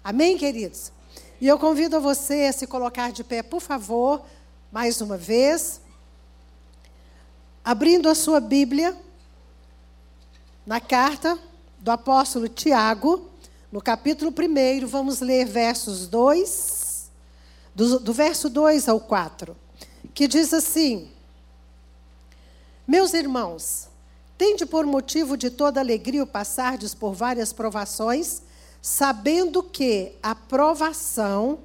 Amém, queridos? E eu convido a você a se colocar de pé, por favor, mais uma vez. Abrindo a sua Bíblia, na carta do apóstolo Tiago, no capítulo 1, vamos ler versos 2, do verso 2 ao 4, que diz assim: Meus irmãos, tende por motivo de toda alegria o passardes por várias provações, sabendo que a provação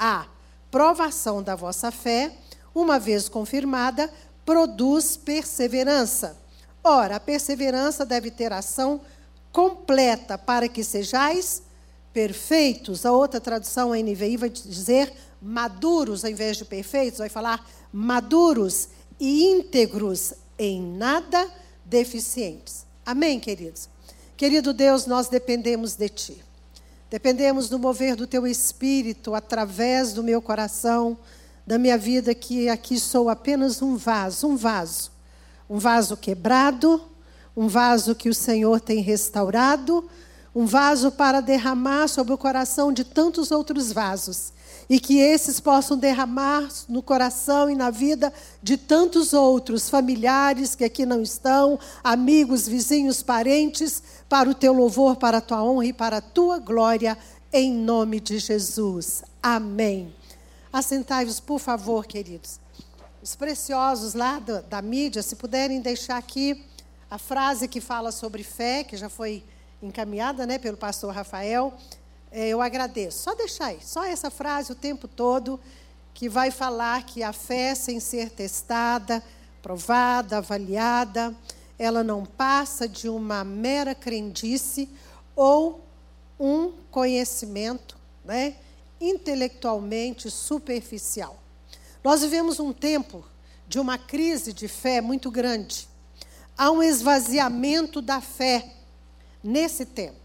da vossa fé, uma vez confirmada, produz perseverança. Ora, a perseverança deve ter ação completa para que sejais perfeitos. A outra tradução, a NVI, vai dizer maduros, ao invés de perfeitos, vai falar maduros e íntegros, em nada deficientes. Amém, queridos? Querido Deus, nós dependemos de Ti. Dependemos do mover do Teu Espírito através do meu coração, da minha vida, que aqui sou apenas um vaso quebrado, um vaso que o Senhor tem restaurado, um vaso para derramar sobre o coração de tantos outros vasos, e que esses possam derramar no coração e na vida de tantos outros familiares que aqui não estão, amigos, vizinhos, parentes, para o Teu louvor, para a Tua honra e para a Tua glória, em nome de Jesus. Amém. Assentai-vos, por favor, queridos. Os preciosos lá da mídia, se puderem deixar aqui a frase que fala sobre fé, que já foi encaminhada, né, pelo pastor Rafael, eu agradeço. Só deixar aí, só essa frase o tempo todo, que vai falar que a fé, sem ser testada, provada, avaliada, ela não passa de uma mera crendice ou um conhecimento, né, intelectualmente superficial. Nós vivemos um tempo de uma crise de fé muito grande. Há um esvaziamento da fé nesse tempo.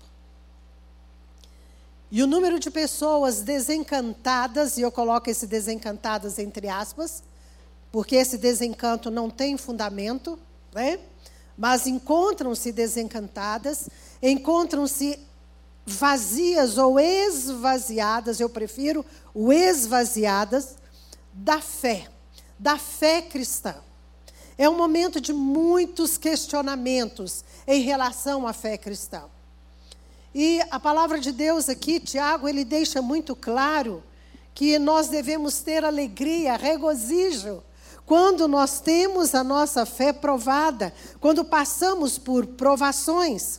E o número de pessoas desencantadas, e eu coloco esse desencantadas entre aspas, porque esse desencanto não tem fundamento, né? Mas encontram-se desencantadas, encontram-se vazias ou esvaziadas, eu prefiro o esvaziadas, da fé cristã. É um momento de muitos questionamentos em relação à fé cristã. E a palavra de Deus aqui, Tiago, ele deixa muito claro que nós devemos ter alegria, regozijo, quando nós temos a nossa fé provada, quando passamos por provações.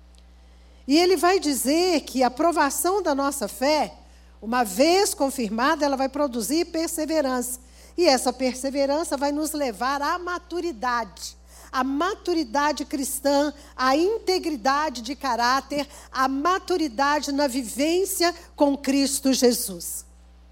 E ele vai dizer que a provação da nossa fé, uma vez confirmada, ela vai produzir perseverança. E essa perseverança vai nos levar à maturidade. A maturidade cristã, a integridade de caráter, a maturidade na vivência com Cristo Jesus.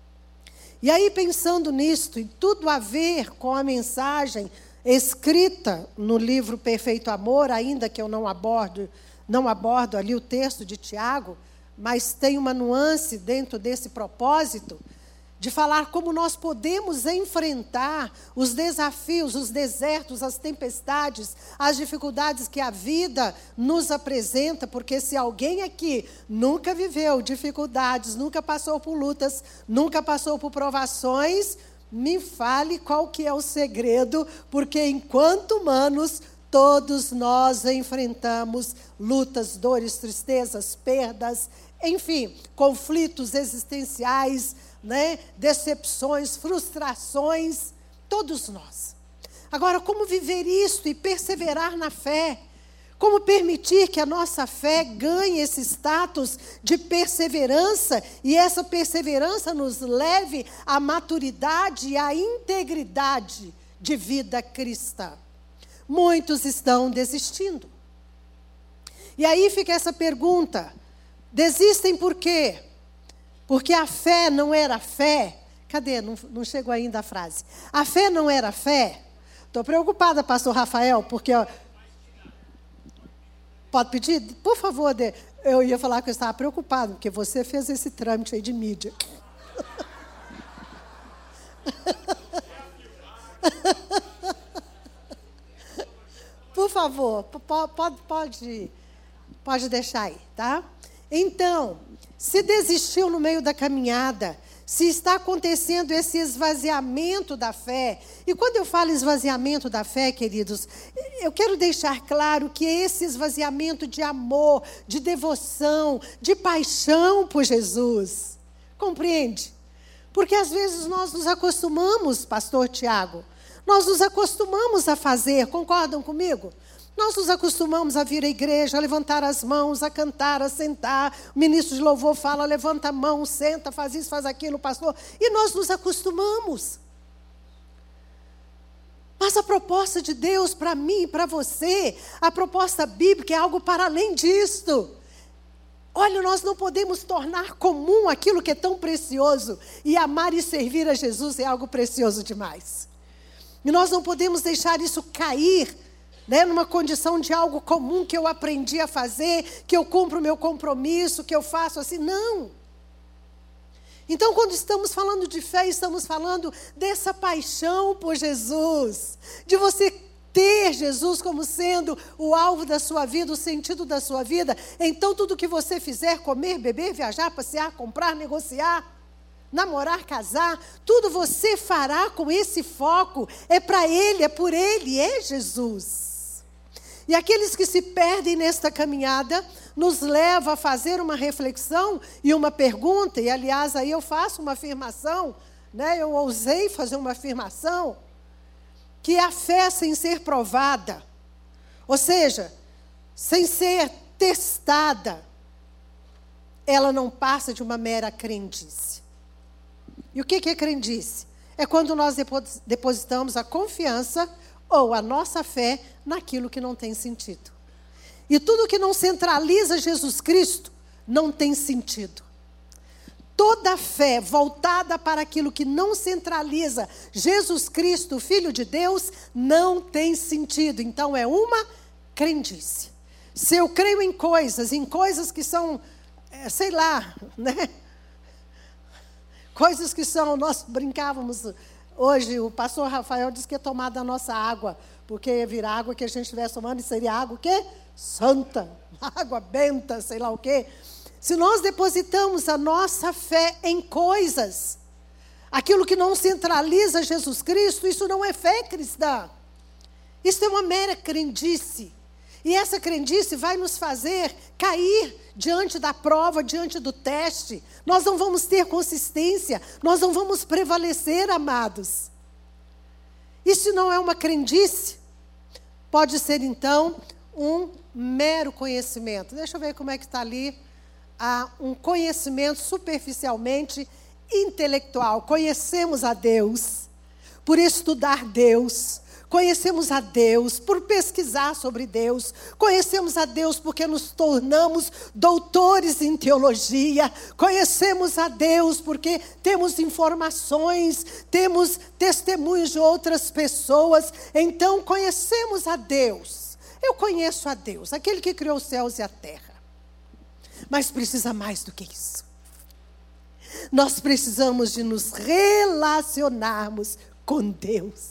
E aí, pensando nisto, e tudo a ver com a mensagem escrita no livro Perfeito Amor, ainda que eu não abordo ali o texto de Tiago, mas tem uma nuance dentro desse propósito, de falar como nós podemos enfrentar os desafios, os desertos, as tempestades, as dificuldades que a vida nos apresenta, porque se alguém aqui nunca viveu dificuldades, nunca passou por lutas, nunca passou por provações, me fale qual que é o segredo, porque enquanto humanos, todos nós enfrentamos lutas, dores, tristezas, perdas, enfim, conflitos existenciais, né? Decepções, frustrações, todos nós. Agora, como viver isto e perseverar na fé? Como permitir que a nossa fé ganhe esse status de perseverança e essa perseverança nos leve à maturidade e à integridade de vida cristã? Muitos estão desistindo. E aí fica essa pergunta: desistem por quê? Porque a fé não era fé. Cadê? Não chegou ainda a frase. A fé não era fé. Estou preocupada, pastor Rafael, porque... Pode pedir? Por favor, eu ia falar que eu estava preocupado, porque você fez esse trâmite aí de mídia. Por favor, pode deixar aí, tá? Então, se desistiu no meio da caminhada, se está acontecendo esse esvaziamento da fé. E quando eu falo esvaziamento da fé, queridos, eu quero deixar claro que esse esvaziamento de amor, de devoção, de paixão por Jesus. Compreende? Porque às vezes nós nos acostumamos, pastor Tiago, nós nos acostumamos a fazer, concordam comigo? Nós nos acostumamos a vir à igreja, a levantar as mãos, a cantar, a sentar. O ministro de louvor fala, levanta a mão, senta, faz isso, faz aquilo, pastor. E nós nos acostumamos. Mas a proposta de Deus para mim e para você, a proposta bíblica é algo para além disto. Olha, nós não podemos tornar comum aquilo que é tão precioso. E amar e servir a Jesus é algo precioso demais. E nós não podemos deixar isso cair, numa condição de algo comum que eu aprendi a fazer, que eu cumpro o meu compromisso, que eu faço assim. Não. Então, quando estamos falando de fé, estamos falando dessa paixão por Jesus. De você ter Jesus como sendo o alvo da sua vida, o sentido da sua vida. Então, tudo que você fizer, comer, beber, viajar, passear, comprar, negociar, namorar, casar, tudo você fará com esse foco. É para Ele, é por Ele, é Jesus. E aqueles que se perdem nesta caminhada, nos leva a fazer uma reflexão e uma pergunta, e aliás, aí eu faço uma afirmação, eu ousei fazer uma afirmação, que a fé sem ser provada, ou seja, sem ser testada, ela não passa de uma mera crendice. E o que é crendice? É quando nós depositamos a confiança ou a nossa fé naquilo que não tem sentido. E tudo que não centraliza Jesus Cristo não tem sentido. Toda fé voltada para aquilo que não centraliza Jesus Cristo, o Filho de Deus, não tem sentido. Então é uma crendice. Se eu creio em coisas que são, sei lá, coisas que são, nós brincávamos. Hoje, o pastor Rafael disse que ia tomar da nossa água, porque ia vir água que a gente estivesse tomando, e seria água o quê? Santa, água benta, sei lá o quê. Se nós depositamos a nossa fé em coisas, aquilo que não centraliza Jesus Cristo, isso não é fé cristã. Isso é uma mera crendice. E essa crendice vai nos fazer cair diante da prova, diante do teste. Nós não vamos ter consistência, nós não vamos prevalecer, amados. Isso não é uma crendice? Pode ser, então, um mero conhecimento. Deixa eu ver como é que está ali. Um conhecimento superficialmente intelectual. Conhecemos a Deus por estudar Deus. Conhecemos a Deus por pesquisar sobre Deus. Conhecemos a Deus porque nos tornamos doutores em teologia. Conhecemos a Deus porque temos informações, temos testemunhos de outras pessoas. Então, conhecemos a Deus. Eu conheço a Deus, aquele que criou os céus e a terra. Mas precisa mais do que isso. Nós precisamos de nos relacionarmos com Deus.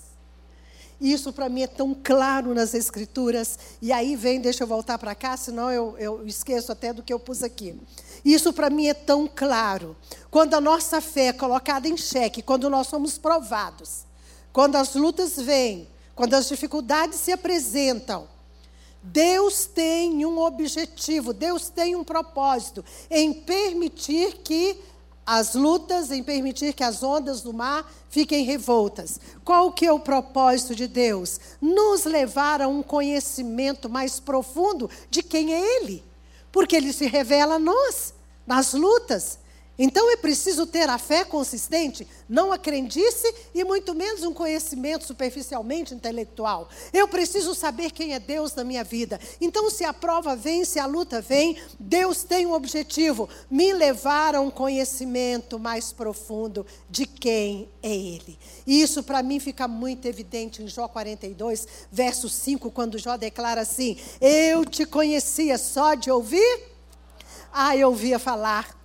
Isso para mim é tão claro nas Escrituras. E aí deixa eu voltar para cá, senão eu esqueço até do que eu pus aqui. Isso para mim é tão claro. Quando a nossa fé é colocada em xeque, quando nós somos provados, quando as lutas vêm, quando as dificuldades se apresentam, Deus tem um objetivo, Deus tem um propósito em permitir que as lutas, em permitir que as ondas do mar fiquem revoltas. Qual que é o propósito de Deus? Nos levar a um conhecimento mais profundo de quem é Ele. Porque Ele se revela a nós, nas lutas. Então é preciso ter a fé consistente, não a crendice e muito menos um conhecimento superficialmente intelectual. Eu preciso saber quem é Deus na minha vida. Então se a prova vem, se a luta vem, Deus tem um objetivo, me levar a um conhecimento mais profundo de quem é Ele. E isso para mim fica muito evidente em Jó 42, verso 5, quando Jó declara assim: eu te conhecia só de ouvir? Eu ouvia falar.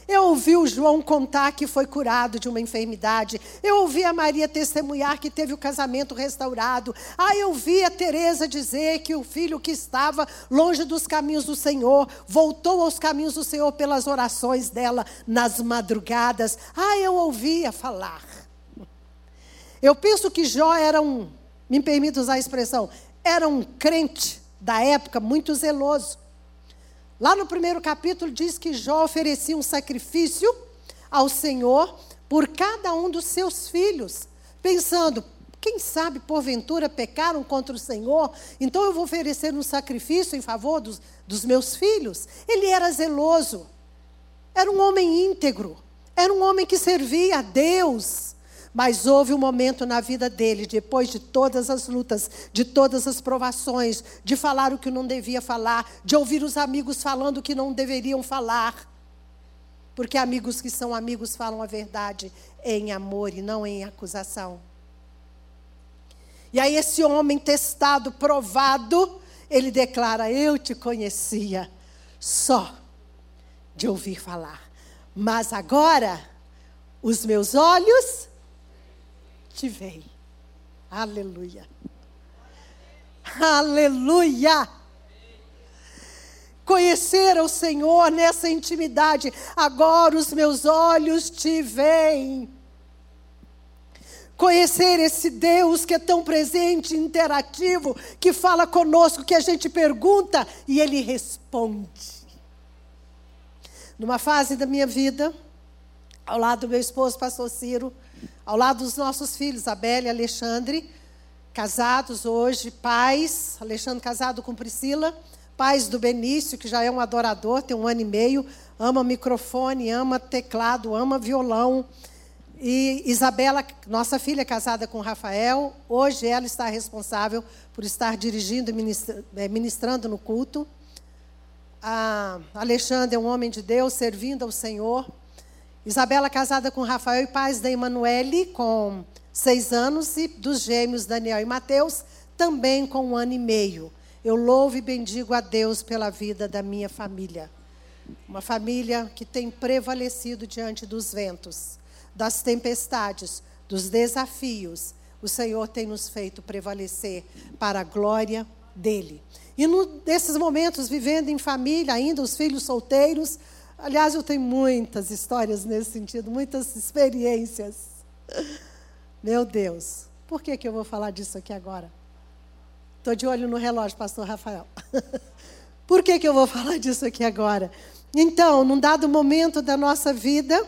Eu ouvi o João contar que foi curado de uma enfermidade. Eu ouvi a Maria testemunhar que teve o casamento restaurado. Eu vi a Teresa dizer que o filho que estava longe dos caminhos do Senhor voltou aos caminhos do Senhor pelas orações dela nas madrugadas. Eu ouvia falar. Eu penso que Jó era me permita usar a expressão, era um crente da época muito zeloso. Lá no primeiro capítulo diz que Jó oferecia um sacrifício ao Senhor por cada um dos seus filhos, pensando, quem sabe porventura pecaram contra o Senhor, então eu vou oferecer um sacrifício em favor dos meus filhos. Ele era zeloso, era um homem íntegro, era um homem que servia a Deus. Mas houve um momento na vida dele, depois de todas as lutas, de todas as provações, de falar o que não devia falar, de ouvir os amigos falando o que não deveriam falar. Porque amigos que são amigos falam a verdade em amor e não em acusação. E aí esse homem testado, provado, ele declara, eu te conhecia só de ouvir falar. Mas agora, os meus olhos te veem. Aleluia. Aleluia. Conhecer o Senhor nessa intimidade. Agora os meus olhos te veem. Conhecer esse Deus que é tão presente, interativo, que fala conosco, que a gente pergunta e Ele responde. Numa fase da minha vida, ao lado do meu esposo, pastor Ciro, ao lado dos nossos filhos, Abel e Alexandre, casados hoje, pais, Alexandre casado com Priscila, pais do Benício, que já é um adorador, tem 1 ano e meio, ama microfone, ama teclado, ama violão. E Isabela, nossa filha, casada com Rafael, hoje ela está responsável por estar dirigindo e ministrando no culto. Alexandre é um homem de Deus, servindo ao Senhor. Isabela casada com Rafael e pais da Emanuele, com 6 anos, e dos gêmeos Daniel e Mateus, também com 1 ano e meio. Eu louvo e bendigo a Deus pela vida da minha família. Uma família que tem prevalecido diante dos ventos, das tempestades, dos desafios. O Senhor tem nos feito prevalecer para a glória dEle. E nesses momentos, vivendo em família, ainda os filhos solteiros. Aliás, eu tenho muitas histórias nesse sentido, muitas experiências. Meu Deus, por que eu vou falar disso aqui agora? Estou de olho no relógio, pastor Rafael. Por que eu vou falar disso aqui agora? Então, num dado momento da nossa vida,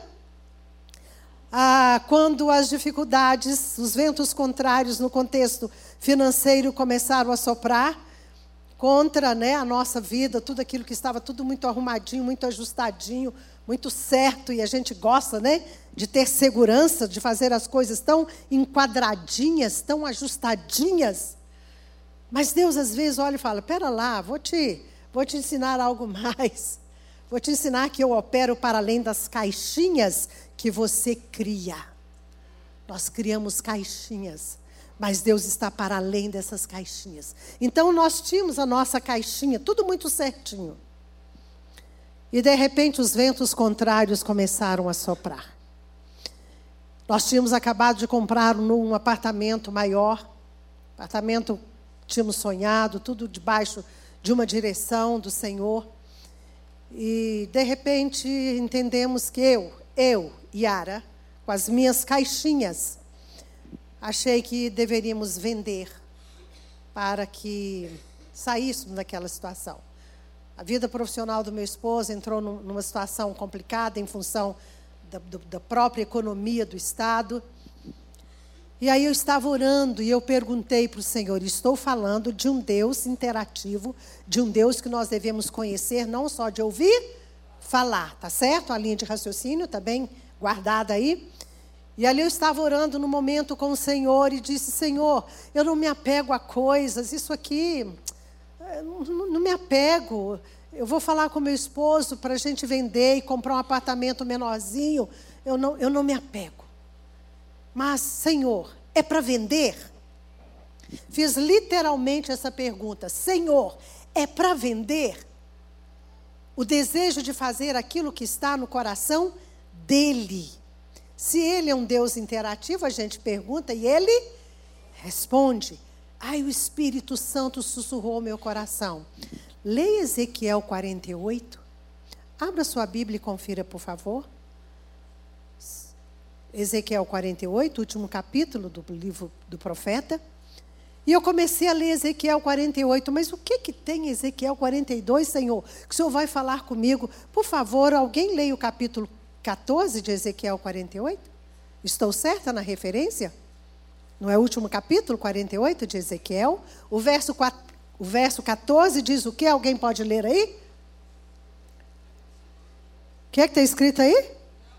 quando as dificuldades, os ventos contrários no contexto financeiro começaram a soprar, contra, a nossa vida, tudo aquilo que estava tudo muito arrumadinho, muito ajustadinho, muito certo, e a gente gosta, de ter segurança, de fazer as coisas tão enquadradinhas, tão ajustadinhas. Mas Deus às vezes olha e fala, pera lá, vou te ensinar algo mais. Vou te ensinar que eu opero para além das caixinhas que você cria. Nós criamos caixinhas. Mas Deus está para além dessas caixinhas. Então, nós tínhamos a nossa caixinha, tudo muito certinho. E, de repente, os ventos contrários começaram a soprar. Nós tínhamos acabado de comprar um apartamento maior. Apartamento tínhamos sonhado, tudo debaixo de uma direção do Senhor. E, de repente, entendemos que eu, Yara, com as minhas caixinhas, achei que deveríamos vender para que saíssemos daquela situação. A vida profissional do meu esposo entrou numa situação complicada em função da própria economia do Estado. E aí eu estava orando e eu perguntei para o Senhor, estou falando de um Deus interativo, de um Deus que nós devemos conhecer, não só de ouvir, falar, tá certo? A linha de raciocínio está bem guardada aí. E ali eu estava orando no momento com o Senhor e disse, Senhor, eu não me apego a coisas, isso aqui, não me apego. Eu vou falar com meu esposo para a gente vender e comprar um apartamento menorzinho, eu não me apego. Mas, Senhor, é para vender? Fiz literalmente essa pergunta, Senhor, é para vender? o desejo de fazer aquilo que está no coração dele. Se ele é um Deus interativo, a gente pergunta e ele responde. Ai, o Espírito Santo sussurrou ao meu coração. Leia Ezequiel 48. Abra sua Bíblia e confira, por favor. Ezequiel 48, último capítulo do livro do profeta. E eu comecei a ler Ezequiel 48, mas o que tem em Ezequiel 42, Senhor? Que o Senhor vai falar comigo? Por favor, alguém leia o capítulo 14 de Ezequiel 48? Estou certa na referência? Não é o último capítulo, 48 de Ezequiel? O verso 14 diz o quê? Alguém pode ler aí? O que é que está escrito aí?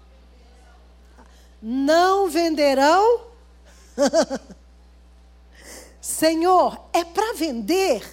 Não venderão. Senhor, é para vender?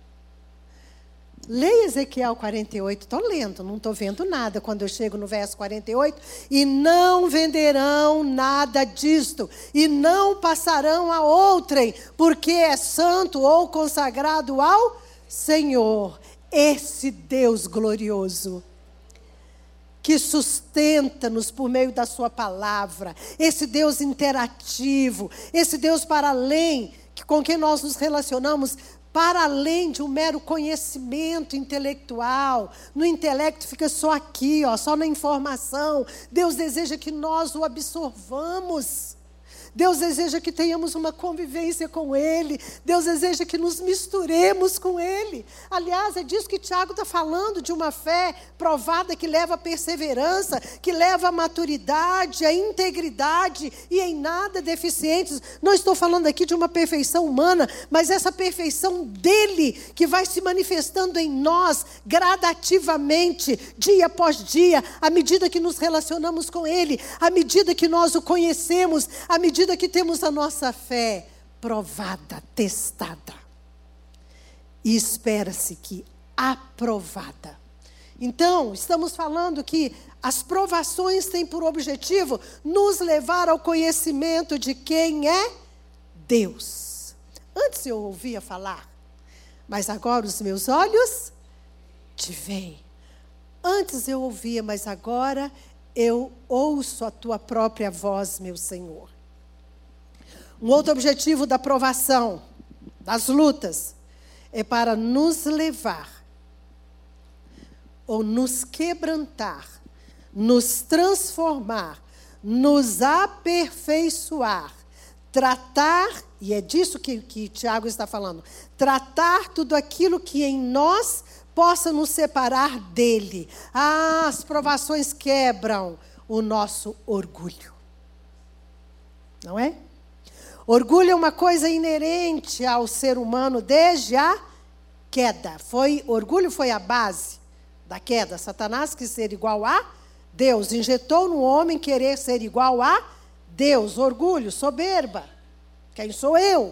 Leia Ezequiel 48, estou lendo, não estou vendo nada quando eu chego no verso 48. E não venderão nada disto, e não passarão a outrem, porque é santo ou consagrado ao Senhor, esse Deus glorioso, que sustenta-nos por meio da sua palavra, esse Deus interativo, esse Deus para além, com quem nós nos relacionamos, para além de um mero conhecimento intelectual. No intelecto fica só aqui, só na informação. Deus deseja que nós o absorvamos. Deus deseja que tenhamos uma convivência com Ele. Deus deseja que nos misturemos com Ele. Aliás, é disso que Tiago está falando, de uma fé provada que leva à perseverança, que leva à maturidade, à integridade e em nada deficientes. Não estou falando aqui de uma perfeição humana, mas essa perfeição dEle, que vai se manifestando em nós gradativamente, dia após dia, à medida que nos relacionamos com Ele, à medida que nós o conhecemos, à medida que temos a nossa fé provada, testada. E espera-se que aprovada. Então, estamos falando que as provações têm por objetivo nos levar ao conhecimento de quem é Deus. Antes eu ouvia falar, mas agora os meus olhos te veem. Antes eu ouvia, mas agora eu ouço a tua própria voz, meu Senhor. Um outro objetivo da provação, das lutas, é para nos levar, ou nos quebrantar, nos transformar, nos aperfeiçoar, tratar, e é disso que Tiago está falando, tratar tudo aquilo que em nós possa nos separar dele. As provações quebram o nosso orgulho. Não é? Orgulho é uma coisa inerente ao ser humano desde a queda. Orgulho foi a base da queda. Satanás quis ser igual a Deus. Injetou no homem querer ser igual a Deus. Orgulho, soberba. Quem sou eu?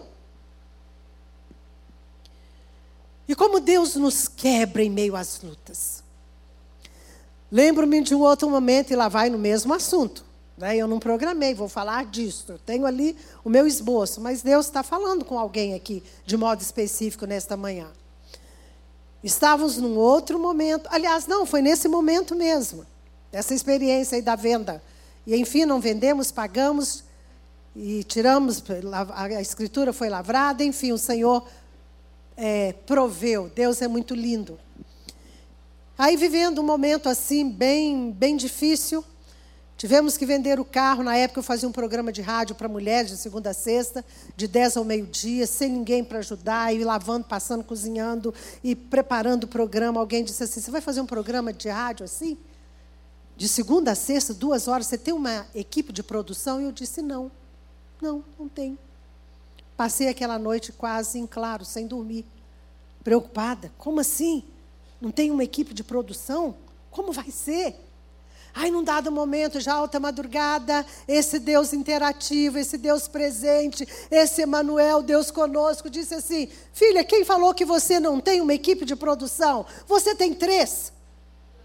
E como Deus nos quebra em meio às lutas. Lembro-me de um outro momento, e lá vai no mesmo assunto. Eu não programei, vou falar disso. Eu tenho ali o meu esboço, mas Deus está falando com alguém aqui, de modo específico, nesta manhã. Estávamos num outro momento, aliás, não, foi nesse momento mesmo, essa experiência aí da venda. E, enfim, não vendemos, pagamos e tiramos, a escritura foi lavrada, enfim, o Senhor proveu. Deus é muito lindo. Aí, vivendo um momento assim, bem difícil, tivemos que vender o carro. Na época eu fazia um programa de rádio para mulheres, de segunda a sexta, de 10 ao meio-dia, sem ninguém para ajudar, e lavando, passando, cozinhando e preparando o programa. Alguém disse assim, você vai fazer um programa de rádio assim? De segunda a sexta, 2 horas, você tem uma equipe de produção? E eu disse, não tenho. Passei aquela noite quase em claro, sem dormir, preocupada. Como assim? Não tem uma equipe de produção? Como vai ser? Aí, num dado momento, já alta madrugada, esse Deus interativo, esse Deus presente, esse Emanuel, Deus conosco, disse assim, filha, quem falou que você não tem uma equipe de produção? Você tem 3.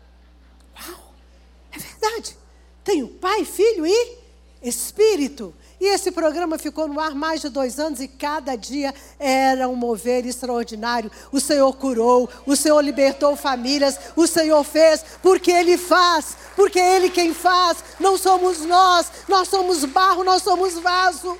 Uau, é verdade. Tenho Pai, Filho e Espírito. E esse programa ficou no ar mais de 2 anos e cada dia era um mover extraordinário. O Senhor curou, o Senhor libertou famílias, o Senhor fez, porque Ele faz, porque Ele quem faz. Não somos nós somos barro, nós somos vaso.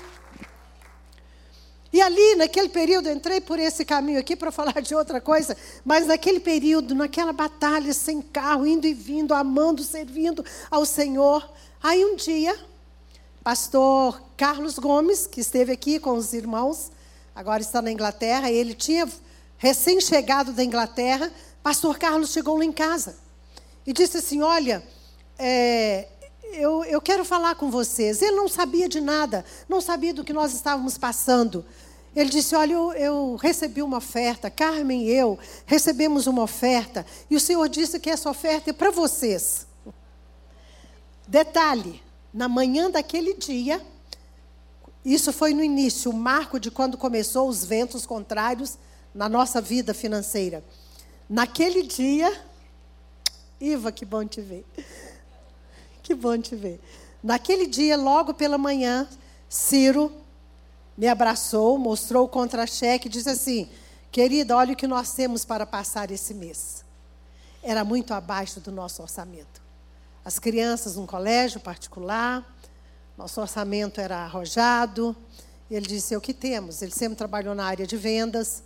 E ali, naquele período, eu entrei por esse caminho aqui para falar de outra coisa, mas naquele período, naquela batalha sem carro, indo e vindo, amando, servindo ao Senhor. Aí um dia, pastor Carlos Gomes, que esteve aqui com os irmãos, agora está na Inglaterra, ele tinha recém-chegado da Inglaterra, pastor Carlos chegou lá em casa e disse assim, olha, eu quero falar com vocês. Ele não sabia de nada, não sabia do que nós estávamos passando. Ele disse, olha, eu recebi uma oferta, Carmen e eu recebemos uma oferta, e o Senhor disse que essa oferta é para vocês. Detalhe, na manhã daquele dia, isso foi no início, o marco de quando começou os ventos contrários na nossa vida financeira. Naquele dia, Iva, que bom te ver. Que bom te ver. Naquele dia, logo pela manhã, Ciro me abraçou, mostrou o contra-cheque e disse assim, querida, olha o que nós temos para passar esse mês. Era muito abaixo do nosso orçamento. As crianças num colégio particular, nosso orçamento era arrojado. Ele disse, o que temos? Ele sempre trabalhou na área de vendas.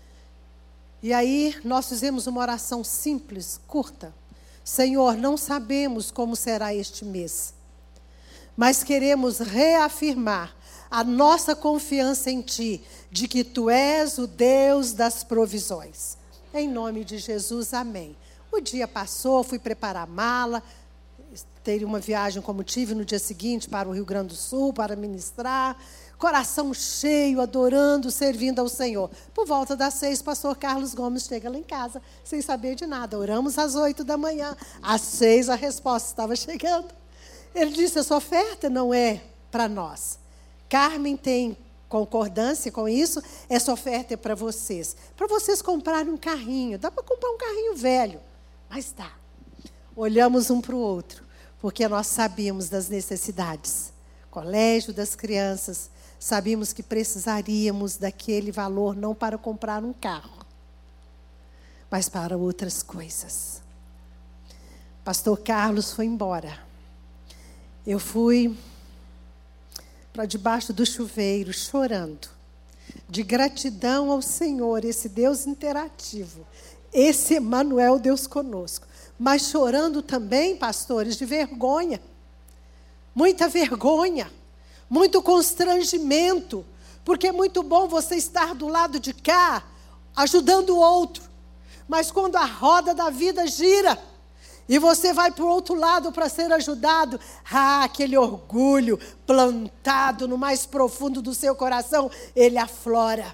E aí nós fizemos uma oração simples, curta. Senhor, não sabemos como será este mês, mas queremos reafirmar a nossa confiança em Ti, de que Tu és o Deus das provisões. Em nome de Jesus, amém. O dia passou, fui preparar a mala, teria uma viagem como tive no dia seguinte para o Rio Grande do Sul, para ministrar, coração cheio, adorando, servindo ao Senhor. Por volta das 6, pastor Carlos Gomes chega lá em casa, sem saber de nada. Oramos às 8 da manhã, às 6 a resposta estava chegando. Ele disse, essa oferta não é para nós. Carmen tem concordância com isso, essa oferta é para vocês comprarem um carrinho. Dá para comprar um carrinho velho, mas dá. Olhamos um para o outro, porque nós sabíamos das necessidades. Colégio das crianças, sabíamos que precisaríamos daquele valor não para comprar um carro, mas para outras coisas. Pastor Carlos foi embora. Eu fui para debaixo do chuveiro, chorando, de gratidão ao Senhor, esse Deus interativo, esse Emmanuel, Deus conosco. Mas chorando também, pastores, de vergonha. Muita vergonha, muito constrangimento, porque é muito bom você estar do lado de cá, ajudando o outro. Mas quando a roda da vida gira, e você vai para o outro lado para ser ajudado, aquele orgulho plantado no mais profundo do seu coração, ele aflora.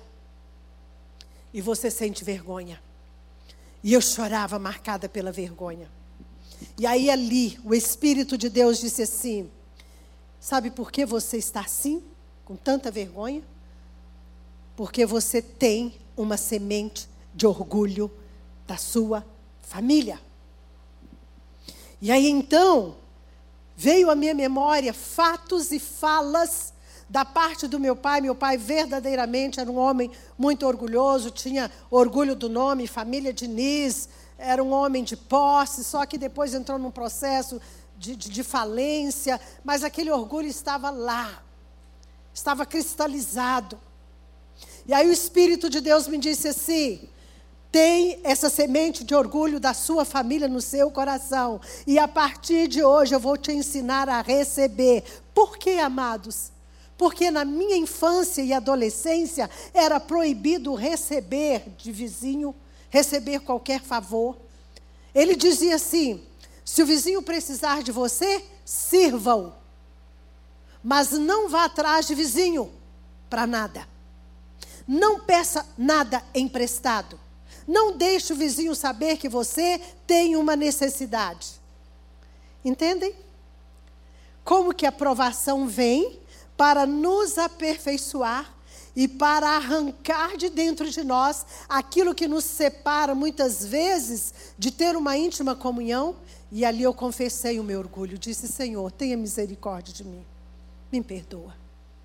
E você sente vergonha. E eu chorava marcada pela vergonha. E aí ali, o Espírito de Deus disse assim, sabe por que você está assim, com tanta vergonha? Porque você tem uma semente de orgulho da sua família. E aí então, veio à minha memória fatos e falas da parte do meu pai. Meu pai verdadeiramente era um homem muito orgulhoso, tinha orgulho do nome, família Diniz, era um homem de posse, só que depois entrou num processo de falência, mas aquele orgulho estava lá, estava cristalizado. E aí o Espírito de Deus me disse assim, tem essa semente de orgulho da sua família no seu coração, e a partir de hoje eu vou te ensinar a receber. Por quê, amados? Porque na minha infância e adolescência era proibido receber de vizinho, receber qualquer favor. Ele dizia assim, se o vizinho precisar de você, sirva-o. Mas não vá atrás de vizinho para nada. Não peça nada emprestado. Não deixe o vizinho saber que você tem uma necessidade. Entendem? Como que a provação vem para nos aperfeiçoar e para arrancar de dentro de nós aquilo que nos separa muitas vezes de ter uma íntima comunhão. E ali eu confessei o meu orgulho, disse, Senhor, tenha misericórdia de mim, me perdoa.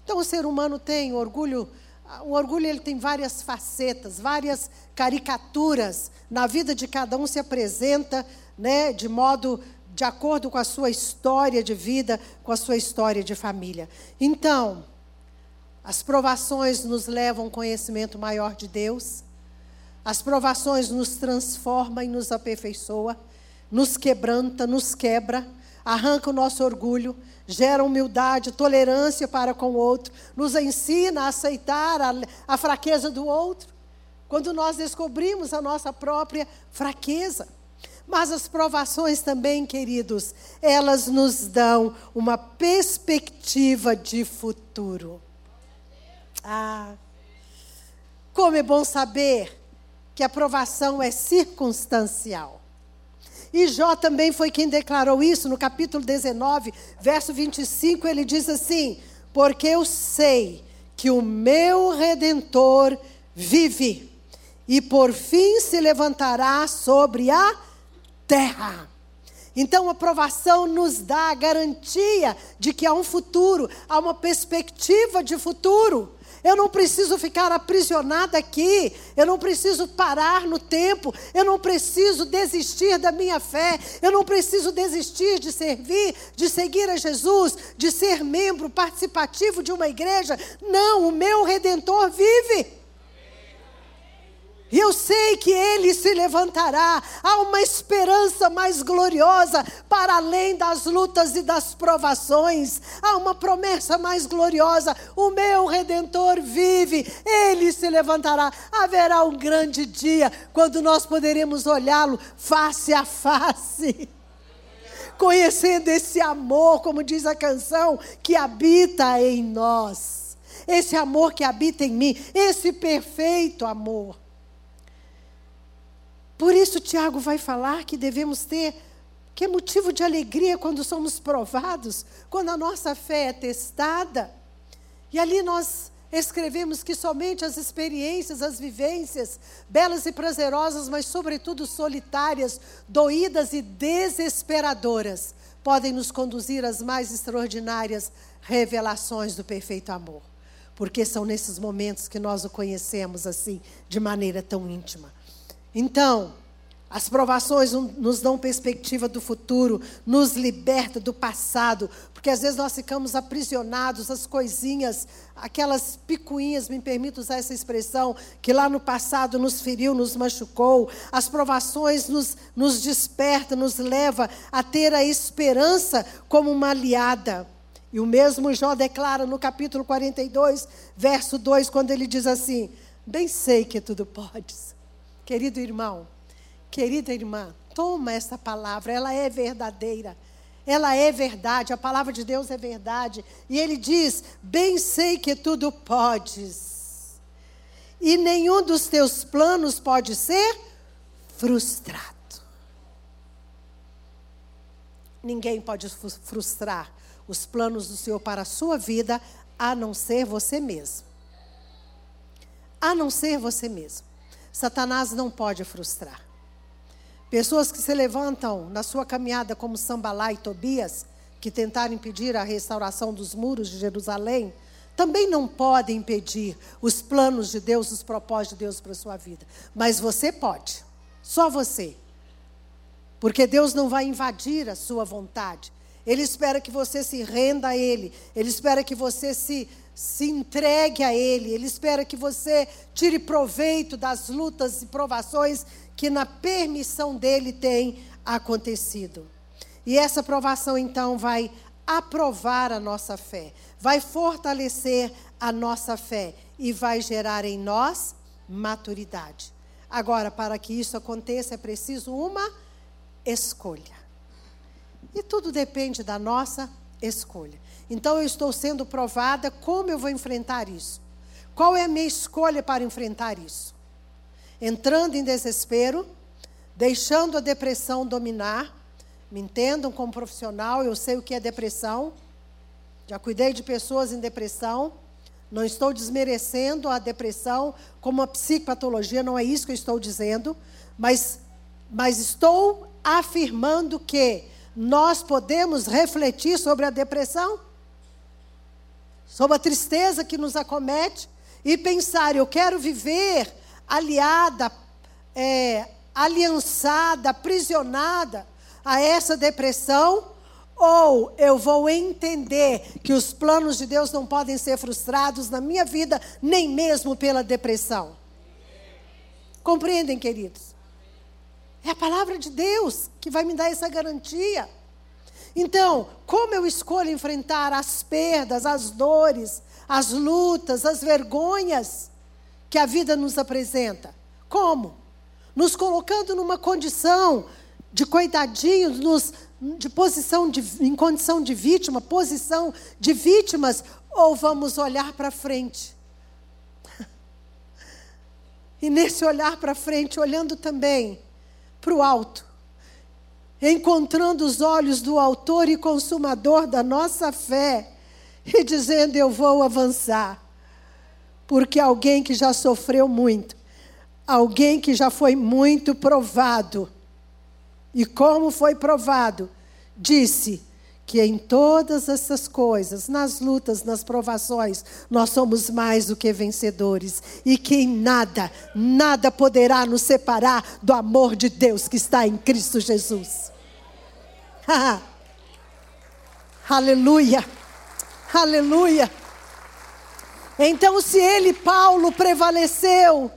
Então o ser humano tem orgulho. O orgulho ele tem várias facetas, várias caricaturas. Na vida de cada um se apresenta, né, de acordo com a sua história de vida, com a sua história de família. Então, as provações nos levam a um conhecimento maior de Deus. As provações nos transformam e nos aperfeiçoa, nos quebranta, nos quebra, arranca o nosso orgulho, gera humildade, tolerância para com o outro, nos ensina a aceitar a fraqueza do outro, quando nós descobrimos a nossa própria fraqueza. Mas as provações também, queridos, elas nos dão uma perspectiva de futuro. Como é bom saber que a provação é circunstancial. E Jó também foi quem declarou isso no capítulo 19, verso 25, ele diz assim: porque eu sei que o meu Redentor vive, e por fim se levantará sobre a terra. Então a provação nos dá a garantia de que há um futuro, há uma perspectiva de futuro. Eu não preciso ficar aprisionada aqui, eu não preciso parar no tempo, eu não preciso desistir da minha fé, eu não preciso desistir de servir, de seguir a Jesus, de ser membro participativo de uma igreja. Não, o meu Redentor vive. E eu sei que Ele se levantará. Há uma esperança mais gloriosa para além das lutas e das provações. Há uma promessa mais gloriosa. O meu Redentor vive. Ele se levantará. Haverá um grande dia quando nós poderemos olhá-lo face a face. Conhecendo esse amor, como diz a canção, que habita em nós. Esse amor que habita em mim. Esse perfeito amor. Por isso, Tiago vai falar que devemos ter, que é motivo de alegria quando somos provados, quando a nossa fé é testada. E ali nós escrevemos que somente as experiências, as vivências, belas e prazerosas, mas sobretudo solitárias, doídas e desesperadoras, podem nos conduzir às mais extraordinárias revelações do perfeito amor. Porque são nesses momentos que nós o conhecemos assim, de maneira tão íntima. Então, as provações nos dão perspectiva do futuro, nos liberta do passado, porque às vezes nós ficamos aprisionados às coisinhas, aquelas picuinhas, me permito usar essa expressão, que lá no passado nos feriu, nos machucou. As provações nos desperta, nos leva a ter a esperança como uma aliada. E o mesmo Jó declara no capítulo 42, verso 2, quando ele diz assim: bem sei que tudo podes. Querido irmão, querida irmã, toma essa palavra, ela é verdadeira, ela é verdade, a palavra de Deus é verdade. E ele diz: bem sei que tudo podes, e nenhum dos teus planos pode ser frustrado. Ninguém pode frustrar os planos do Senhor para a sua vida, a não ser você mesmo. A não ser você mesmo. Satanás não pode frustrar. Pessoas que se levantam na sua caminhada como Sambalá e Tobias, que tentaram impedir a restauração dos muros de Jerusalém, também não podem impedir os planos de Deus, os propósitos de Deus para a sua vida. Mas você pode, só você. Porque Deus não vai invadir a sua vontade. Ele espera que você se renda a Ele. Ele espera que você se entregue a Ele. Ele espera que você tire proveito das lutas e provações que na permissão dEle tem acontecido. E essa provação então vai aprovar a nossa fé, vai fortalecer a nossa fé e vai gerar em nós maturidade. Agora, para que isso aconteça, é preciso uma escolha. E tudo depende da nossa escolha. Então eu estou sendo provada, como eu vou enfrentar isso? Qual é a minha escolha para enfrentar isso? Entrando em desespero, deixando a depressão dominar. Me entendam como profissional, eu sei o que é depressão. Já cuidei de pessoas em depressão. Não estou desmerecendo a depressão como uma psicopatologia, não é isso que eu estou dizendo. Mas estou afirmando que nós podemos refletir sobre a depressão? sobre a tristeza que nos acomete e pensar, eu quero viver aliada, aliançada, aprisionada a essa depressão, ou eu vou entender que os planos de Deus não podem ser frustrados na minha vida, nem mesmo pela depressão. Compreendem, queridos? É a palavra de Deus que vai me dar essa garantia. Então, como eu escolho enfrentar as perdas, as dores, as lutas, as vergonhas que a vida nos apresenta? Como? Nos colocando numa condição de coitadinhos, em condição de vítima, posição de vítimas, ou vamos olhar para frente? E nesse olhar para frente, olhando também para o alto, encontrando os olhos do autor e consumador da nossa fé, e dizendo, eu vou avançar, porque alguém que já sofreu muito, alguém que já foi muito provado, e como foi provado, disse que em todas essas coisas, nas lutas, nas provações, nós somos mais do que vencedores. E que em nada, nada poderá nos separar do amor de Deus que está em Cristo Jesus. Aleluia, aleluia. Então, se ele, Paulo, prevaleceu,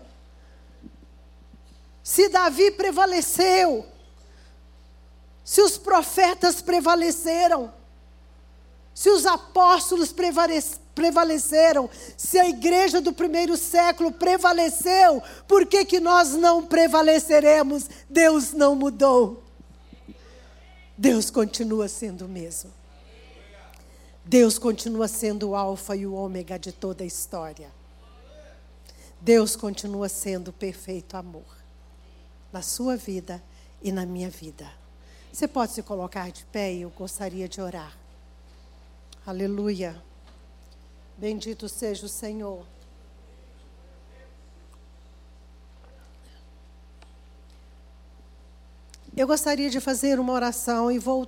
se Davi prevaleceu, se os profetas prevaleceram, se os apóstolos prevaleceram, se a igreja do primeiro século prevaleceu, por que que nós não prevaleceremos? Deus não mudou. Deus continua sendo o mesmo. Deus continua sendo o alfa e o ômega de toda a história. Deus continua sendo o perfeito amor na sua vida e na minha vida. Você pode se colocar de pé e eu gostaria de orar. Aleluia. Bendito seja o Senhor. Eu gostaria de fazer uma oração e vou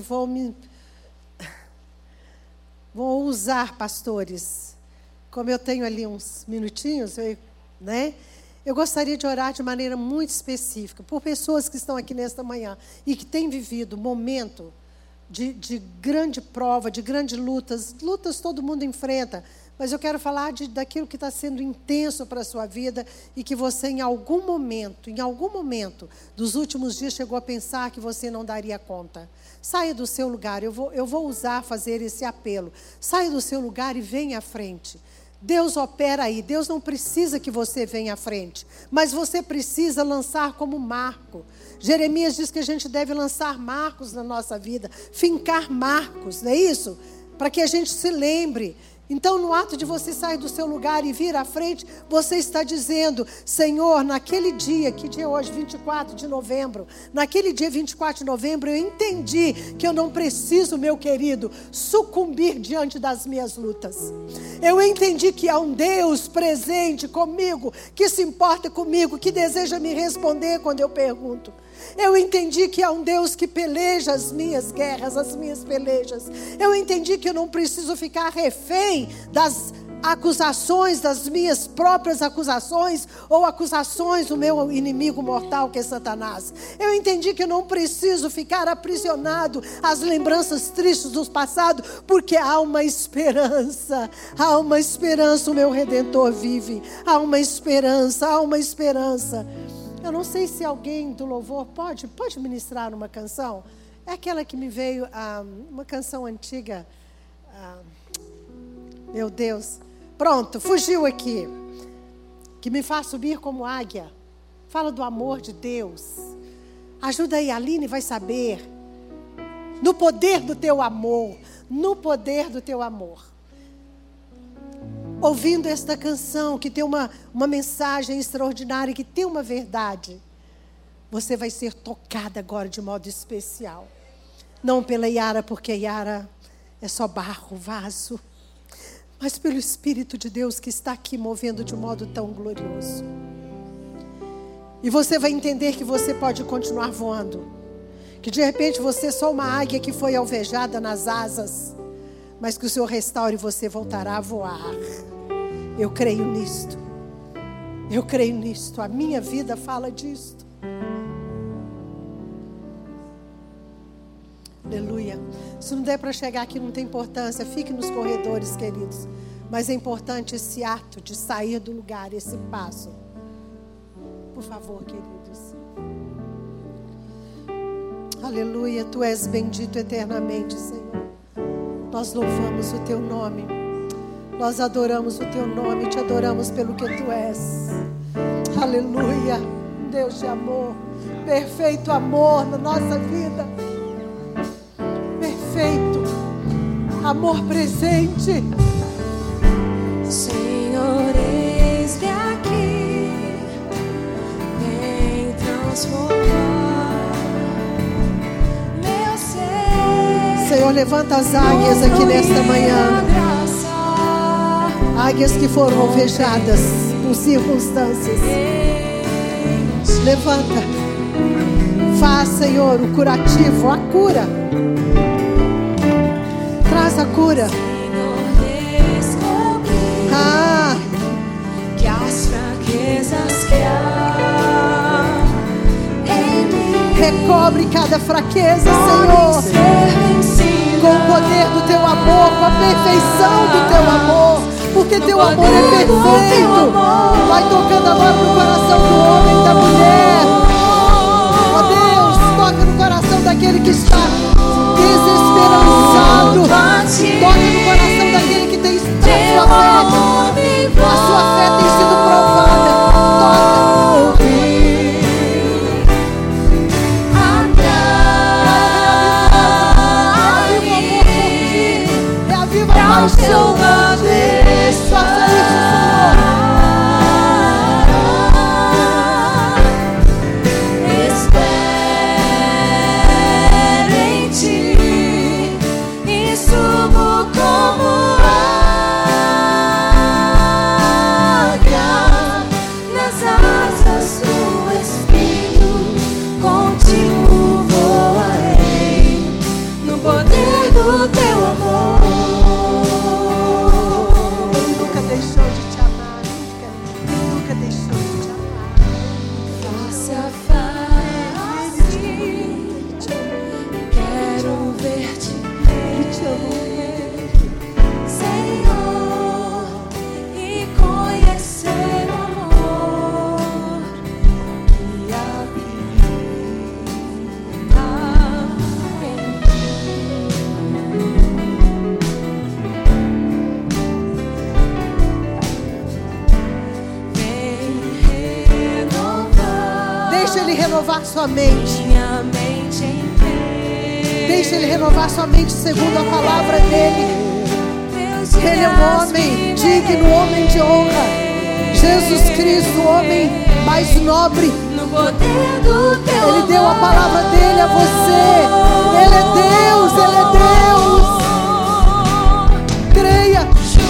usar, pastores, como eu tenho ali uns minutinhos, eu gostaria de orar de maneira muito específica por pessoas que estão aqui nesta manhã e que têm vivido momento de grande prova, de grandes lutas. Lutas todo mundo enfrenta, mas eu quero falar daquilo que está sendo intenso para a sua vida e que você em algum momento dos últimos dias chegou a pensar que você não daria conta. Saia do seu lugar, eu vou fazer esse apelo. Saia do seu lugar e venha à frente. Deus opera aí, Deus não precisa que você venha à frente, mas você precisa lançar como marco. Jeremias diz que a gente deve lançar marcos na nossa vida, fincar marcos, não é isso? Para que a gente se lembre. Então, no ato de você sair do seu lugar e vir à frente, você está dizendo, Senhor, naquele dia, que dia é hoje? 24 de novembro. Naquele dia 24 de novembro, eu entendi que eu não preciso, meu querido, sucumbir diante das minhas lutas. Eu entendi que há um Deus presente comigo, que se importa comigo, que deseja me responder quando eu pergunto. Eu entendi que há um Deus que peleja as minhas guerras, as minhas pelejas. Eu entendi que eu não preciso ficar refém das acusações, das minhas próprias acusações, ou acusações do meu inimigo mortal, que é Satanás. Eu entendi que eu não preciso ficar aprisionado às lembranças tristes do passado, porque há uma esperança, o meu Redentor vive, há uma esperança. Eu não sei se alguém do louvor pode ministrar uma canção. É aquela que me veio, uma canção antiga. Meu Deus. Pronto, fugiu aqui. Que me faz subir como águia. Fala do amor de Deus. Ajuda aí, a Aline vai saber. No poder do teu amor. No poder do teu amor. Ouvindo esta canção, que tem uma mensagem extraordinária, que tem uma verdade, você vai ser tocada agora de modo especial. Não pela Yara, porque a Yara é só barro, vaso, mas pelo Espírito de Deus que está aqui movendo de um modo tão glorioso. E você vai entender que você pode continuar voando. Que de repente você é só uma águia que foi alvejada nas asas, mas que o Senhor restaure e você voltará a voar. Eu creio nisto. Eu creio nisto. A minha vida fala disto. Aleluia. Se não der para chegar aqui, não tem importância. Fique nos corredores, queridos. Mas é importante esse ato de sair do lugar, esse passo. Por favor, queridos. Aleluia. Tu és bendito eternamente, Senhor. Nós louvamos o teu nome. Nós adoramos o teu nome. Te adoramos pelo que tu és. Aleluia. Deus de amor. Perfeito amor na nossa vida. Perfeito amor presente. Senhor, eis-me aqui, vem transformar meu ser. Senhor, levanta as águias aqui nesta manhã. Águias que foram alvejadas por circunstâncias. Levanta. Faz, Senhor, o curativo, a cura. Traz a cura. Que as fraquezas que há em mim recobre cada fraqueza, Senhor, com o poder do teu amor, com a perfeição do teu amor, porque teu amor é perfeito. Vai tocando agora no coração do homem e da mulher. Ó Deus, toca no coração daquele que está desesperançado. Toca no coração daquele que tem a sua fé tem sido provada. Toca. Reaviva a paixão. Faça isso, espero em ti e subo como do teu amor. Ele nunca deixou de te amar, nunca deixou de te amar. Face a face, quero ver-te, Senhor, e conhecer o amor que habita em Deixa Ele renovar sua mente. minha mente inteira. Deixa Ele renovar sua mente segundo a palavra dEle. Ele é um homem digno, homem de honra. Jesus Cristo, o homem mais nobre. No poder do teu Ele deu a palavra dEle a você. Ele é Deus, Ele é Deus. Creia.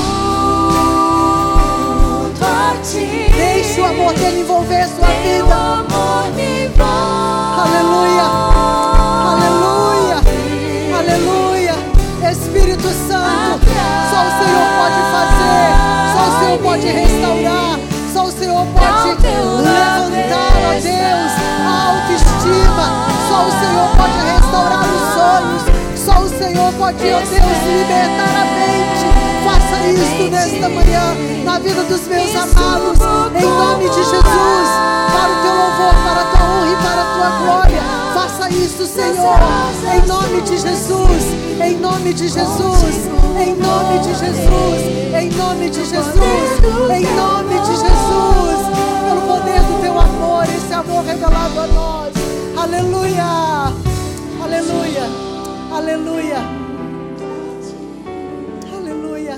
Junto a ti. Deixe o amor dEle envolver sua vida. Amor me envolve. Aleluia, aleluia, aleluia. Espírito Santo, só o Senhor pode fazer, só o Senhor pode restaurar, só o Senhor pode levantar, ó Deus, a autoestima, só o Senhor pode restaurar os sonhos, só o Senhor pode, ó Deus, libertar a mente. Faça isto nesta manhã, na vida dos meus amados, em nome de Jesus, para o teu louvor, para a tua honra e para a tua glória. Faça isso, Senhor, em nome de Jesus, em nome de Jesus, em nome de Jesus, em nome de Jesus, em nome de Jesus, pelo poder do teu amor, esse amor revelado a nós. Aleluia, aleluia, aleluia, aleluia,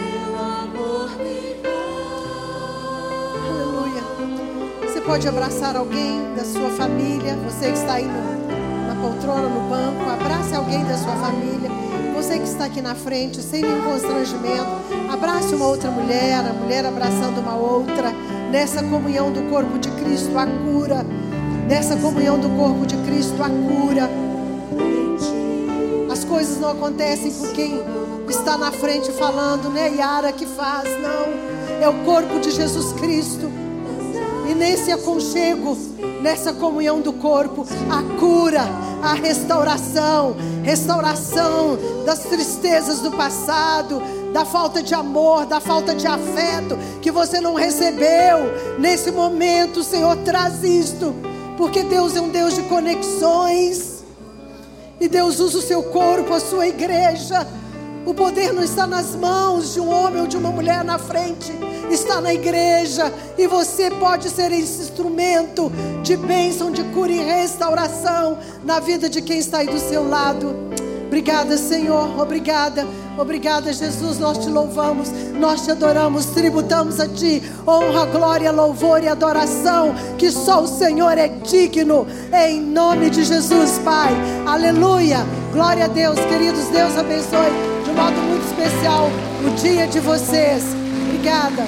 aleluia. Você pode abraçar alguém da sua família, você que está aí na poltrona, no banco, abrace alguém da sua família. Você que está aqui na frente, sem nenhum constrangimento, abrace uma outra mulher, a mulher abraçando uma outra, nessa comunhão do corpo de Cristo, a cura, nessa comunhão do corpo de Cristo, a cura. As coisas não acontecem por quem está na frente falando, né? Yara que faz, não. É o corpo de Jesus Cristo. E nesse aconchego, nessa comunhão do corpo, a cura, a restauração das tristezas do passado, da falta de amor, da falta de afeto que você não recebeu. Nesse momento, o Senhor traz isto, porque Deus é um Deus de conexões. E Deus usa o seu corpo, a sua igreja. O poder não está nas mãos de um homem ou de uma mulher na frente, está na igreja. E você pode ser esse instrumento de bênção, de cura e restauração na vida de quem está aí do seu lado. Obrigada, Senhor, obrigada. Obrigada, Jesus, nós te louvamos, nós te adoramos, tributamos a ti honra, glória, louvor e adoração, que só o Senhor é digno, em nome de Jesus, Pai. Aleluia, glória a Deus, queridos. Deus abençoe de um modo muito especial o dia de vocês. Obrigada.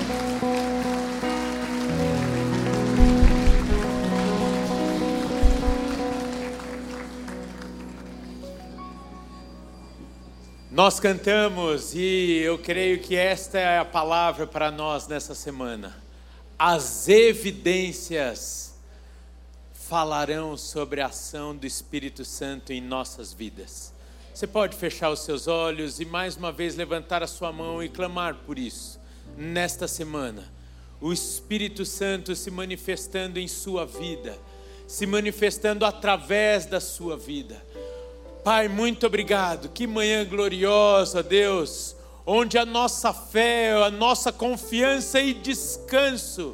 Nós cantamos e eu creio que esta é a palavra para nós nessa semana. As evidências falarão sobre a ação do Espírito Santo em nossas vidas. Você pode fechar os seus olhos e mais uma vez levantar a sua mão e clamar por isso. Nesta semana, o Espírito Santo se manifestando em sua vida, se manifestando através da sua vida. Pai, muito obrigado, que manhã gloriosa, Deus, onde a nossa fé, a nossa confiança e descanso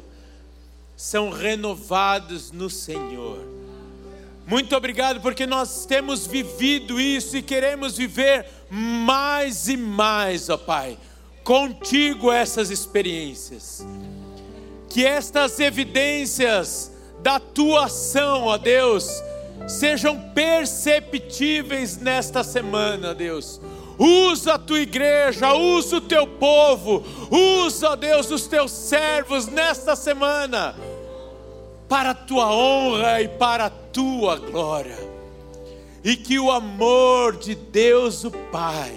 são renovados no Senhor. Muito obrigado porque nós temos vivido isso e queremos viver mais e mais, ó Pai, contigo essas experiências. Que estas evidências da tua ação, ó Deus, sejam perceptíveis nesta semana, Deus. Usa a tua igreja, usa o teu povo, usa, Deus, os teus servos nesta semana, para a tua honra e para a tua glória. E que o amor de Deus o Pai,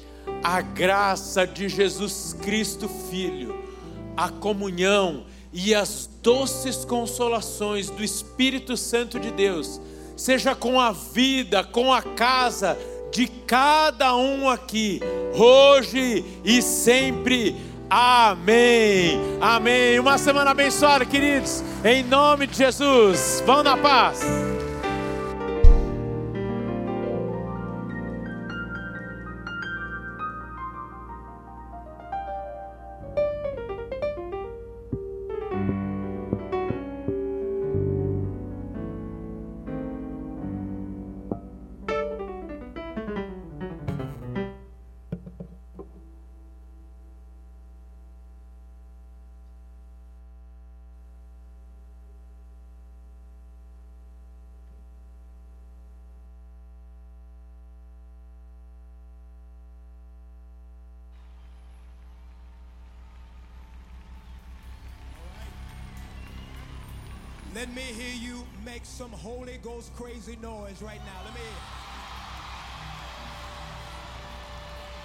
a graça de Jesus Cristo Filho, a comunhão e as doces consolações do Espírito Santo de Deus, seja com a vida, com a casa de cada um aqui, hoje e sempre. Amém. Amém. Uma semana abençoada, queridos. Em nome de Jesus. Vão na paz. Let me hear you make some Holy Ghost crazy noise right now. Let me hear.